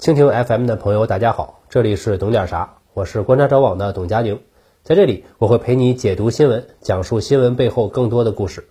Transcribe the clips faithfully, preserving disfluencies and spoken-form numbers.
蜻蜓 F M 的朋友大家好，这里是懂点啥，我是观察者网的董佳宁，在这里我会陪你解读新闻，讲述新闻背后更多的故事。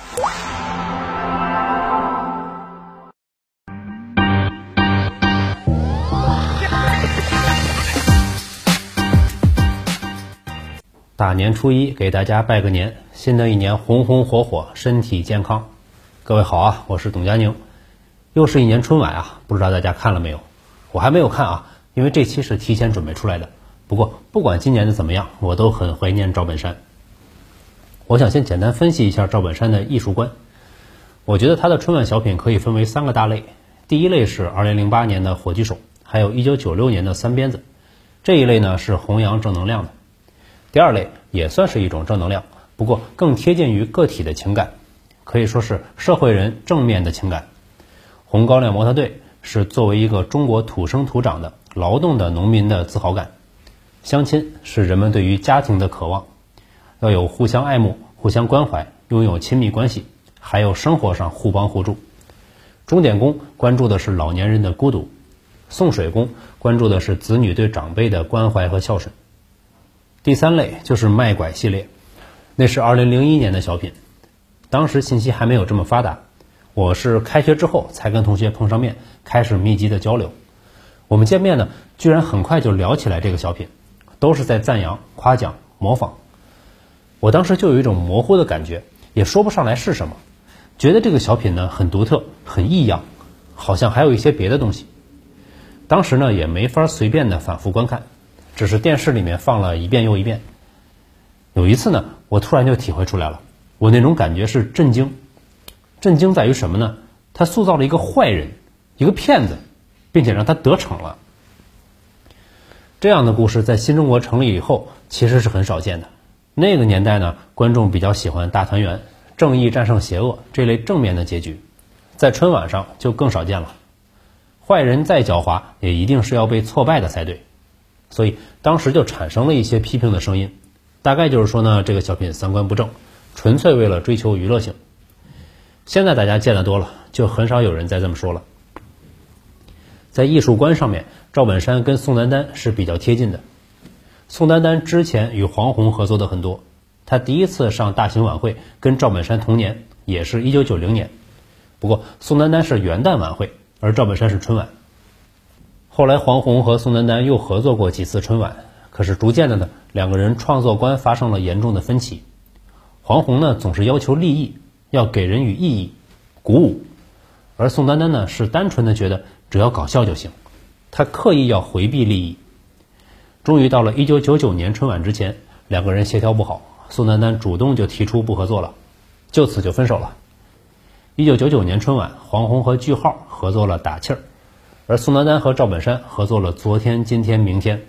大年初一给大家拜个年，新的一年红红火火，身体健康。各位好啊，我是董佳宁。又是一年春晚啊，不知道大家看了没有？我还没有看啊，因为这期是提前准备出来的。不过不管今年的怎么样，我都很怀念赵本山。我想先简单分析一下赵本山的艺术观。我觉得他的春晚小品可以分为三个大类。第一类是二零零八年的火炬手，还有一九九六年的三鞭子。这一类呢是弘扬正能量的。第二类也算是一种正能量，不过更贴近于个体的情感，可以说是社会人正面的情感。红高粱模特队是作为一个中国土生土长的劳动的农民的自豪感。相亲是人们对于家庭的渴望，要有互相爱慕、互相关怀，拥有亲密关系，还有生活上互帮互助。钟点工关注的是老年人的孤独，送水工关注的是子女对长辈的关怀和孝顺。第三类就是卖拐系列，那是二零零一年的小品，当时信息还没有这么发达，我是开学之后才跟同学碰上面，开始密集的交流。我们见面呢，居然很快就聊起来这个小品，都是在赞扬、夸奖、模仿。我当时就有一种模糊的感觉，也说不上来是什么，觉得这个小品呢很独特、很异样，好像还有一些别的东西。当时呢也没法随便的反复观看，只是电视里面放了一遍又一遍。有一次呢，我突然就体会出来了，我那种感觉是震惊。震惊在于什么呢？他塑造了一个坏人，一个骗子，并且让他得逞了。这样的故事在新中国成立以后其实是很少见的。那个年代呢，观众比较喜欢大团圆、正义战胜邪恶这类正面的结局，在春晚上就更少见了。坏人再狡猾，也一定是要被挫败的才对。所以当时就产生了一些批评的声音，大概就是说呢，这个小品三观不正，纯粹为了追求娱乐性。现在大家见得多了，就很少有人再这么说了。在艺术观上面，赵本山跟宋丹丹是比较贴近的。宋丹丹之前与黄宏合作的很多，他第一次上大型晚会跟赵本山同年，也是一九九零年。不过宋丹丹是元旦晚会，而赵本山是春晚。后来黄宏和宋丹丹又合作过几次春晚，可是逐渐的呢，两个人创作观发生了严重的分歧。黄宏呢总是要求立意，要给人以意义、鼓舞，而宋丹丹呢是单纯的觉得只要搞笑就行，她刻意要回避利益。终于到了一九九九年春晚之前，两个人协调不好，宋丹丹主动就提出不合作了，就此就分手了。一九九九年春晚，黄宏和句号合作了打气儿，而宋丹丹和赵本山合作了昨天、今天、明天。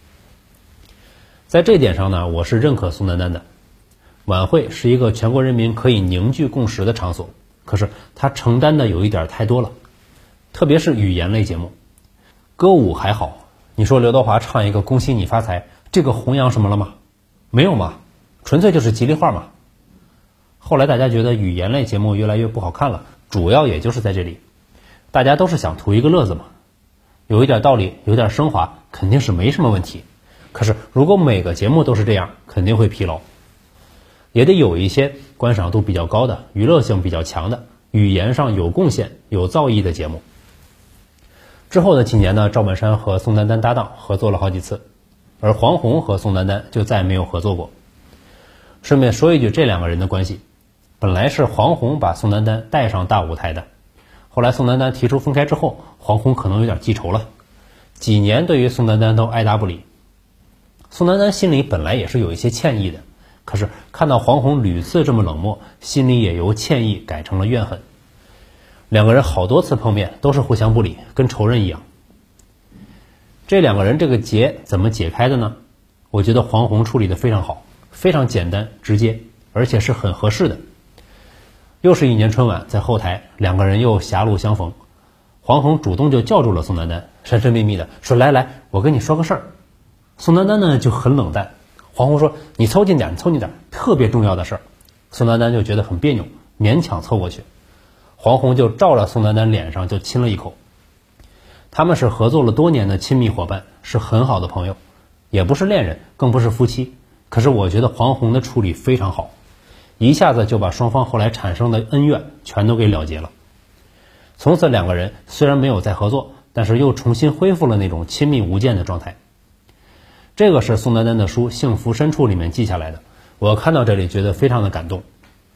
在这点上呢，我是认可宋丹丹的。晚会是一个全国人民可以凝聚共识的场所，可是它承担的有一点太多了，特别是语言类节目。歌舞还好，你说刘德华唱一个恭喜你发财，这个弘扬什么了吗？没有嘛，纯粹就是吉利话嘛。后来大家觉得语言类节目越来越不好看了，主要也就是在这里，大家都是想图一个乐子嘛，有一点道理，有点升华，肯定是没什么问题。可是如果每个节目都是这样，肯定会疲劳。也得有一些观赏度比较高的、娱乐性比较强的、语言上有贡献、有造诣的节目。之后的几年呢，赵本山和宋丹丹搭档合作了好几次，而黄宏和宋丹丹就再没有合作过。顺便说一句这两个人的关系，本来是黄宏把宋丹丹带上大舞台的，后来宋丹丹提出分开之后，黄宏可能有点记仇了，几年对于宋丹丹都爱答不理。宋丹丹心里本来也是有一些歉意的，可是看到黄宏屡次这么冷漠，心里也由歉意改成了怨恨。两个人好多次碰面都是互相不理，跟仇人一样。这两个人这个结怎么解开的呢？我觉得黄宏处理得非常好，非常简单直接，而且是很合适的。又是一年春晚，在后台两个人又狭路相逢，黄宏主动就叫住了宋丹丹，神神秘秘的说，来来，我跟你说个事儿。宋丹丹呢就很冷淡，黄宏说，你凑近点，你凑近点，特别重要的事儿。宋丹丹就觉得很别扭，勉强凑过去，黄宏就照了宋丹丹脸上就亲了一口。 他们是合作了多年的亲密伙伴，是很好的朋友，也不是恋人，更不是夫妻。可是我觉得黄宏的处理非常好，一下子就把双方后来产生的恩怨全都给了结了。从此两个人虽然没有再合作，但是又重新恢复了那种亲密无间的状态。这个是宋丹丹的书《幸福深处》里面记下来的，我看到这里觉得非常的感动。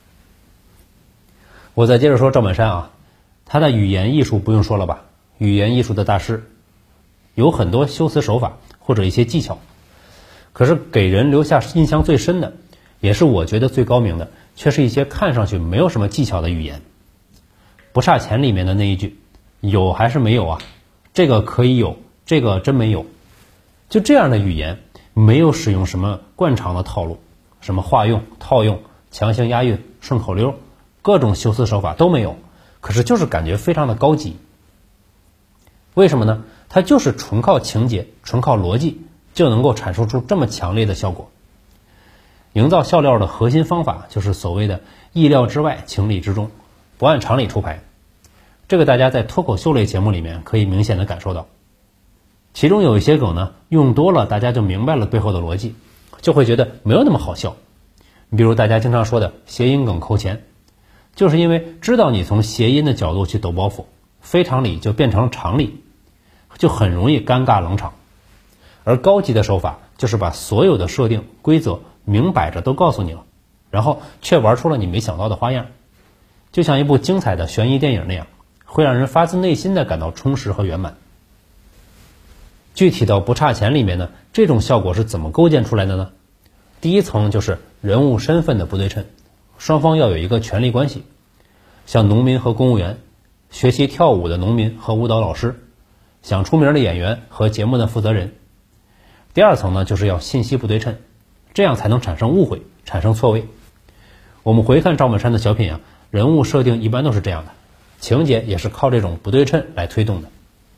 我再接着说赵本山啊，他的语言艺术不用说了吧，语言艺术的大师，有很多修辞手法或者一些技巧，可是给人留下印象最深的，也是我觉得最高明的，却是一些看上去没有什么技巧的语言。不差钱里面的那一句有还是没有啊，这个可以有，这个真没有，就这样的语言，没有使用什么惯常的套路，什么化用、套用、强行押韵、顺口溜，各种修辞手法都没有，可是就是感觉非常的高级。为什么呢？它就是纯靠情节，纯靠逻辑，就能够阐述出这么强烈的效果。营造笑料的核心方法就是所谓的意料之外，情理之中，不按常理出牌。这个大家在脱口秀类节目里面可以明显的感受到。其中有一些梗呢，用多了大家就明白了背后的逻辑，就会觉得没有那么好笑。比如大家经常说的谐音梗扣钱，就是因为知道你从谐音的角度去抖包袱，非常理就变成了常理，就很容易尴尬冷场。而高级的手法就是把所有的设定规则明摆着都告诉你了，然后却玩出了你没想到的花样，就像一部精彩的悬疑电影那样，会让人发自内心的感到充实和圆满。具体到不差钱里面呢，这种效果是怎么构建出来的呢？第一层就是人物身份的不对称，双方要有一个权力关系，像农民和公务员，学习跳舞的农民和舞蹈老师，想出名的演员和节目的负责人。第二层呢，就是要信息不对称，这样才能产生误会，产生错位。我们回看赵本山的小品啊，人物设定一般都是这样的，情节也是靠这种不对称来推动的。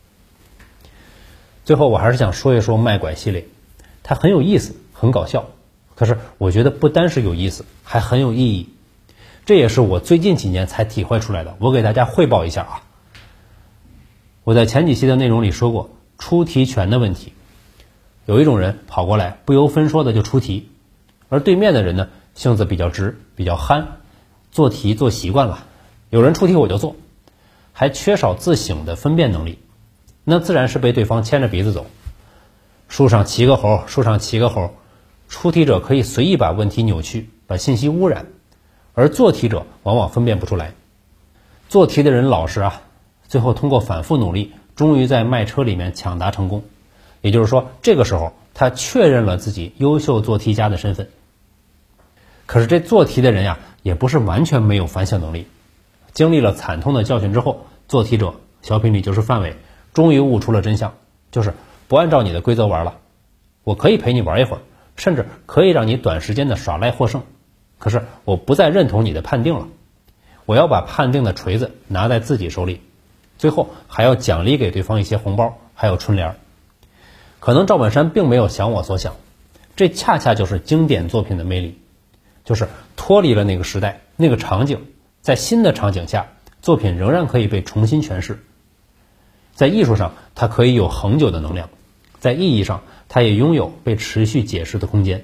最后我还是想说一说卖拐系列，它很有意思，很搞笑，可是我觉得不单是有意思，还很有意义。这也是我最近几年才体会出来的，我给大家汇报一下啊。我在前几期的内容里说过出题权的问题，有一种人跑过来不由分说的就出题，而对面的人呢性子比较直，比较憨，做题做习惯了，有人出题我就做，还缺少自省的分辨能力，那自然是被对方牵着鼻子走。树上骑个猴，树上骑个猴，出题者可以随意把问题扭曲，把信息污染，而做题者往往分辨不出来。做题的人老实啊，最后通过反复努力，终于在卖车里面抢答成功。也就是说，这个时候他确认了自己优秀做题家的身份。可是这做题的人呀，也不是完全没有反省能力。经历了惨痛的教训之后，做题者小品里就是范伟，终于悟出了真相，就是不按照你的规则玩了。我可以陪你玩一会儿，甚至可以让你短时间的耍赖获胜，可是我不再认同你的判定了，我要把判定的锤子拿在自己手里，最后还要奖励给对方一些红包，还有春联。可能赵本山并没有想我所想，这恰恰就是经典作品的魅力，就是脱离了那个时代那个场景，在新的场景下，作品仍然可以被重新诠释。在艺术上它可以有恒久的能量，在意义上它也拥有被持续解释的空间。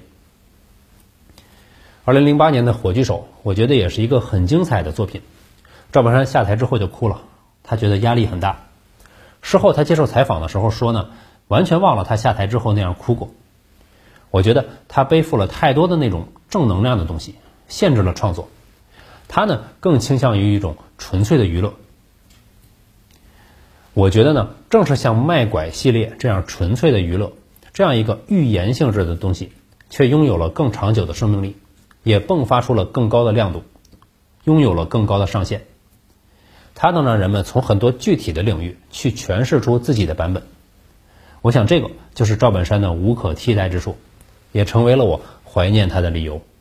二零零八年的火炬手我觉得也是一个很精彩的作品。赵本山下台之后就哭了，他觉得压力很大。事后他接受采访的时候说呢，完全忘了他下台之后那样哭过。我觉得他背负了太多的那种正能量的东西，限制了创作。他呢更倾向于一种纯粹的娱乐。我觉得呢，正是像卖拐系列这样纯粹的娱乐，这样一个寓言性质的东西，却拥有了更长久的生命力，也迸发出了更高的亮度，拥有了更高的上限。它能让人们从很多具体的领域去诠释出自己的版本。我想这个就是赵本山的无可替代之处，也成为了我怀念他的理由。